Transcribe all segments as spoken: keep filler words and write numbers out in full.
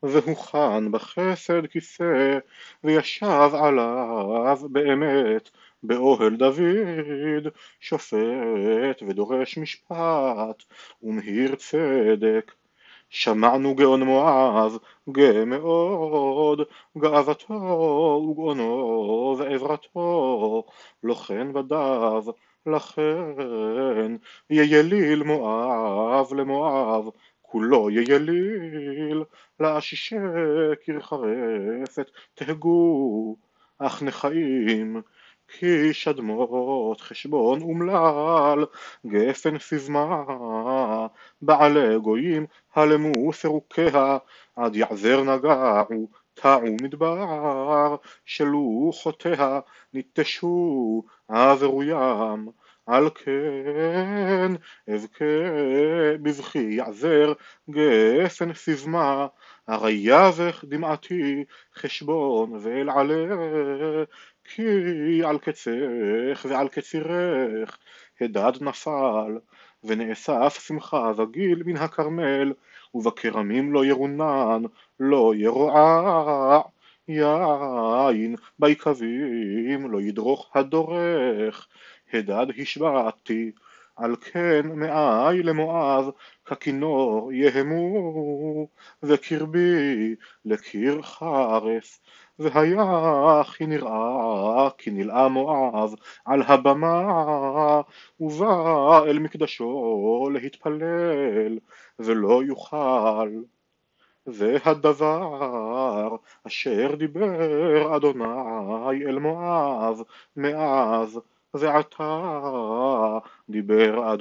והוכן בחסד כיסא, וישב עליו באמת באוהל דוד, שופט ודורש משפט ומהיר צדק. שמענו גאון מואב, גאה מאוד, גאוותו וגאונו ועברתו, לא כן בדיו, לכן יליל מואב למואב, כולו יליל, לאשישי קיר חרפת תהגו, אך נחיים, כי שדמות חשבון אומלל, גפן סיזמה, בעלי גויים הלמו פירוקיה, עד יעזר נגעו, טעו מדבר, שלוחותיה ניטשו עברוים, על כן אבכה בבכי יעזר גפן סיזמה, הרי יבך דמעתי חשבון ואל עלה, כי על קצך ועל קצירך הדד נפל, ונאסף שמחה וגיל מן הכרמל, ובכרמים לא ירונן, לא ירועע, יין ביקבים לא ידרוך הדורך, הדד השבעתי, על כן מאי למואב ככינור יהמו, וקרבי לקיר חרס, והיה כי נראה כי נלאה מואב על הבמה, ובא אל מקדשו להתפלל ולא יוכל. זה הדבר אשר דיבר אדוני אל מואב מאז ועתה, דיבר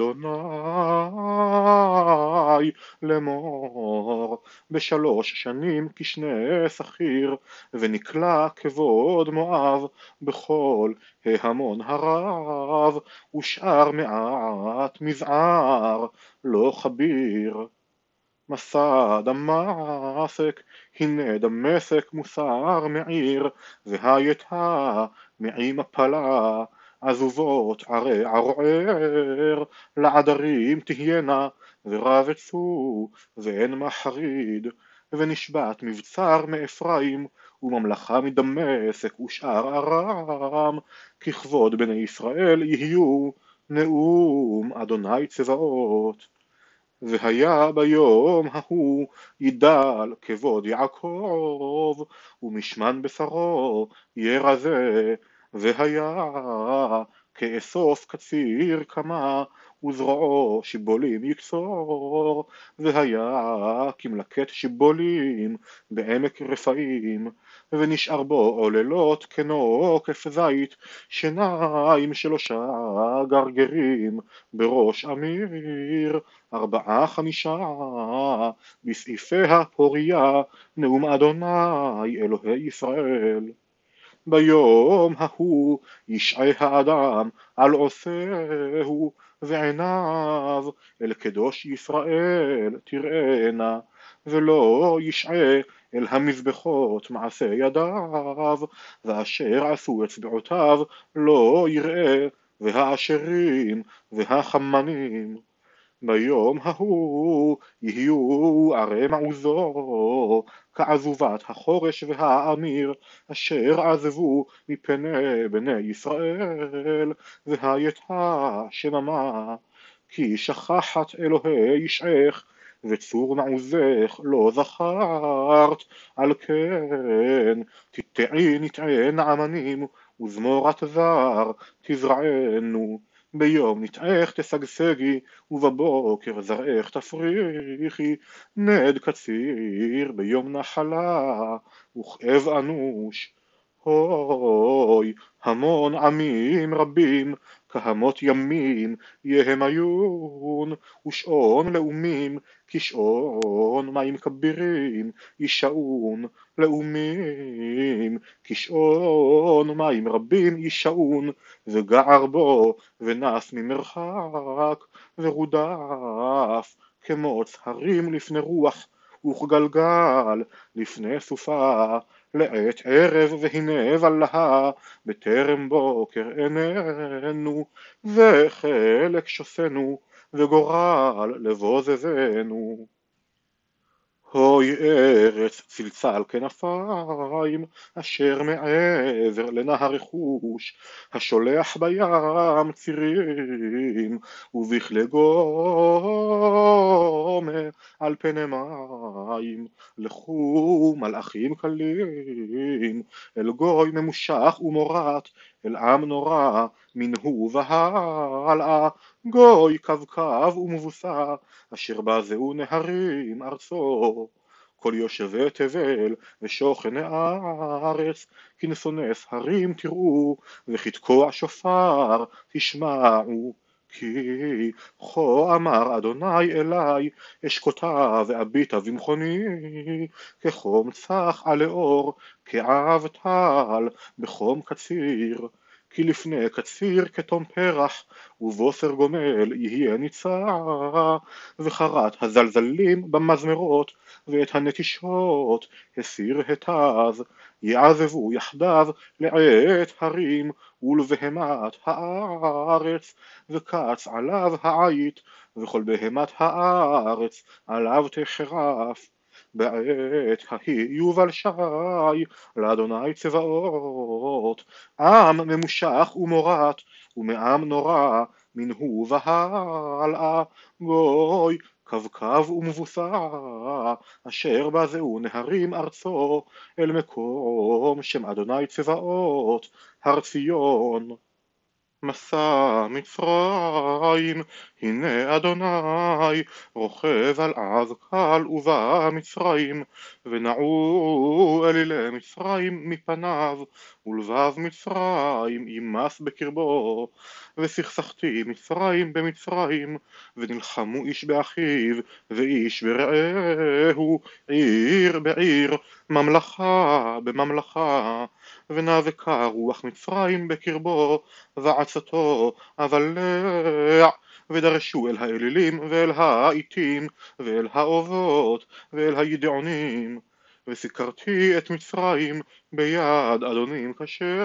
אדוני לאמור, בשלוש שנים כשני שכיר, ונקלע כבוד מואב בכל ההמון הרב, ושאר מעט מזער לא חביר. מסע דמשק, הנה דמשק מוסר מעיר, והייתה מעי מפלה, עזובות ערי ערוער, לעדרים תהיינה, ורבצו, ואין מחריד, ונשבת מבצר מאפרים, וממלכה מדמשק ושאר ארם, ככבוד בני ישראל יהיו, נאום אדוני צבאות. והיה ביום ההוא ידל כבוד יעקב, ומשמן בשרו ירזה, והיה כאסוף קציר כמה, וזרועו שיבולים יקצור, והיה כמלקט שיבולים בעמק רפאים, ונשאר בו עוללות כנוקף זית, שניים שלושה גרגרים בראש אמיר, ארבעה חמישה בסעיפיה פוריה, נאום אדוני אלוהי ישראל. ביום ההוא ישעה האדם על עושהו, ועיניו אל קדוש ישראל תראינה, ולא ישעה אל המזבחות מעשה ידיו, ואשר עשו אצבעותיו לא יראה, והאשרים והחמנים. ביום ההוא יהיו ערי מעוזו כעזובת החורש והאמיר, אשר עזבו מפני בני ישראל, והייתה שממה, כי שכחת אלוהי ישעך, וצור מעוזך לא זכרת, על כן תטעי נטעי נעמנים, וזמורת זר תזרענו. ביום נטעך תשגשגי, ובבוקר זרעך תפריחי, נד קציר ביום נחלה, וכאב אנוש. הוי, המון עמים רבים, כהמות ימים יהמיון, ושעון לאומים, כשעון מים כבירים, ישעון לאומים, כשעון מים רבים ישעון, וגער בו ונס ממרחק, ורודף כמוץ הרים לפני רוח, וכגלגל לפני סופה, לעת ערב והנה ולהה, בטרם בוקר עינינו, וחלק שוסנו, וגורל לבוזזנו. הוי ארץ צלצל כנפיים, אשר מעבר לנהר חוש, השולח בים צירים, ובכלי גומה על פני מים. לכו מלאכים קלים, אל גוי ממושך ומורת, אל עם נורא מנהו והלאה, גוי קבקב ומבוסה, אשר בזהו נהרים ארצו. כל יושבי תבל ושוכני הארץ, כנסו נס הרים תראו, וכתקוע שופר תשמעו. כי כה אמר אדוני אלי, אשכותה ואביטה במכוני, כחום צח עלי אור, כעב טל בחום קציר. כי לפני קציר כתום פרח, ובוסר גומל יהיה ניצע, וחרת הזלזלים במזמרות, ואת הנטישות הסיר התז. יעזבו יחדיו לעת הרים, ולבהמת הארץ, וקץ עליו העית, וכל בהמת הארץ עליו תחרף. בעת ההיא יובל שי לאדוני צבאות, עם ממושך ומורת, ומעם נורא מנהו והלאה, גוי קבקב ומבוסה, אשר בזהו נהרים ארצו, אל מקום שם אדוני צבאות, הר ציון. מסע מצרים, הנה אדוני רוכב על עז קל ובא מצרים, ונעו אלילי מצרים מפניו, ולבב מצרים ימס בקרבו. וסכסכתי מצרים במצרים, ונלחמו איש באחיו ואיש ברעהו, עיר בעיר, ממלכה בממלכה. ונאבקה רוח מצרים בקרבו, ועצתו אבלע, ודרשו אל האלילים ואל העיתים ואל האובות ואל הידעונים. וסיקרתי את מצרים ביד אדונים קשה,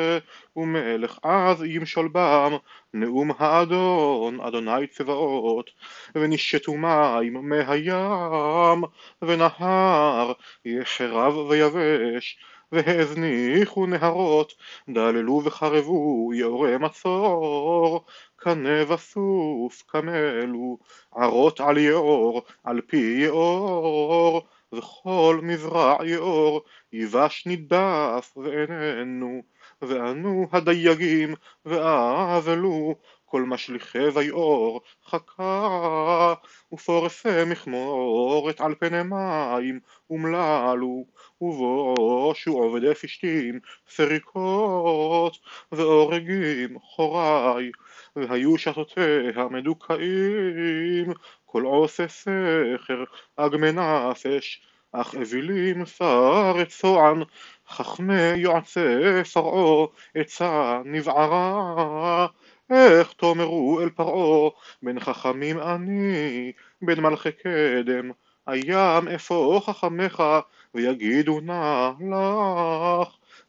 ומלך עז ימשול בם, נאום האדון אדוני צבאות. ונשתו מים מהים, ונהר יחרב ויבש, והזניחו נהרות, דללו וחרבו יאורי מצור. קנה וסוף קמלו, ערות על יאור, על פי יאור, וכל מזרע יאור, יבש נידף ואיננו. וענו הדייגים ואבלו, כל משליכי ויאור חכה, ופורסי מכמורת על פני מים ומללו, ובושו עובדי פשתים סריקות, ואורגים חורי, והיו שתותיה מדוכאים, כל עושה סכר אגמי נפש, אך אווילים שרי צוען, חכמי יועצי פרעה עצה נבערה. איך תאמרו אל פרעה, בין חכמים אני, בין מלכי קדם, הים איפה חכמיך, ויגידו נא לך,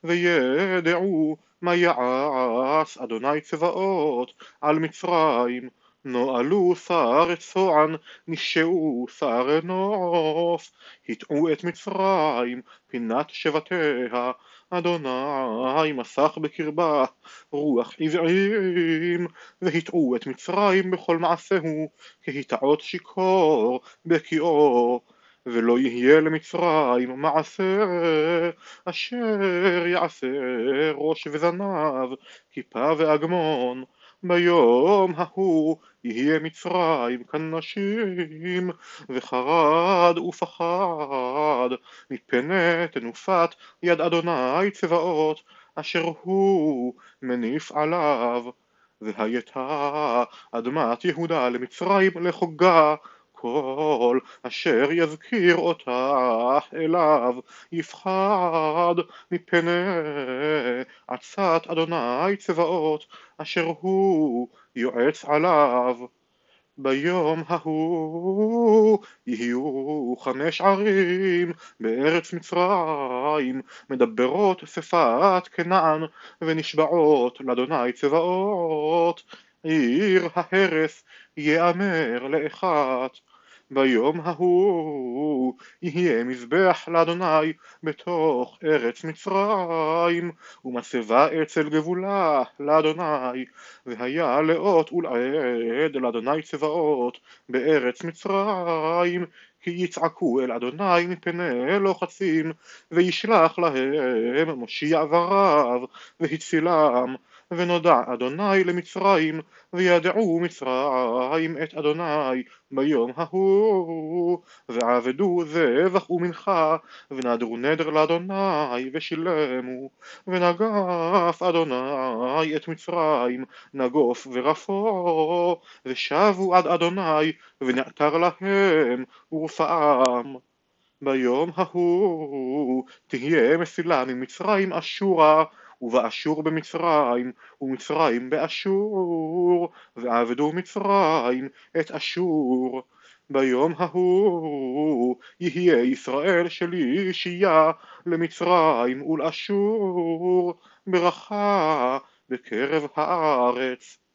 וידעו מה יעש אדוני צבאות על מצרים. נועלו שרי צוען, נשעו שרי נוף, הטעו את מצרים, פינת שבטיה, אדוני מסך בקרבה, רוח עברים, והטעו את מצרים בכל מעשהו, כהטעות שיכור בקיאו. ולא יהיה למצרים מעשה אשר יעשה ראש וזנב, כיפה ואגמון. ביום ההוא יהיה מצרים כנשים, וחרד ופחד מפני תנופת יד אדוני צבאות, אשר הוא מניף עליו. והייתה אדמת יהודה למצרים לחוגה, כל אשר יזכיר אותה אליו יפחד מפני עצת אדוני צבאות, אשר הוא יועץ עליו. ביום ההוא יהיו חמש ערים בארץ מצרים, מדברות שפת כנען, ונשבעות לאדוני צבאות. עיר ההרס יאמר לאחת, ביום ההוא יהיה מזבח לאדוני בתוך ארץ מצרים, ומצבה אצל גבולה לאדוני, והיה לאות ולעד לאדוני צבאות בארץ מצרים, כי יצעקו אל אדוני מפני לוחצים, וישלח להם מושיע ורב והצילם. ונודע אדוני למצרים, וידעו מצרים את אדוני ביום ההוא, ועבדו זבח ומנחה, ונדרו נדר לאדוני ושילמו. ונגף אדוני את מצרים נגוף ורפו, ושבו עד אדוני ונעתר להם ורפאם. ביום ההוא תהיה מסילה ממצרים אשורה, ובאשור במצרים, ומצרים באשור, ועבדו מצרים את אשור. ביום ההוא יהיה ישראל שלישייה למצרים ולאשור, ברכה בקרב הארץ.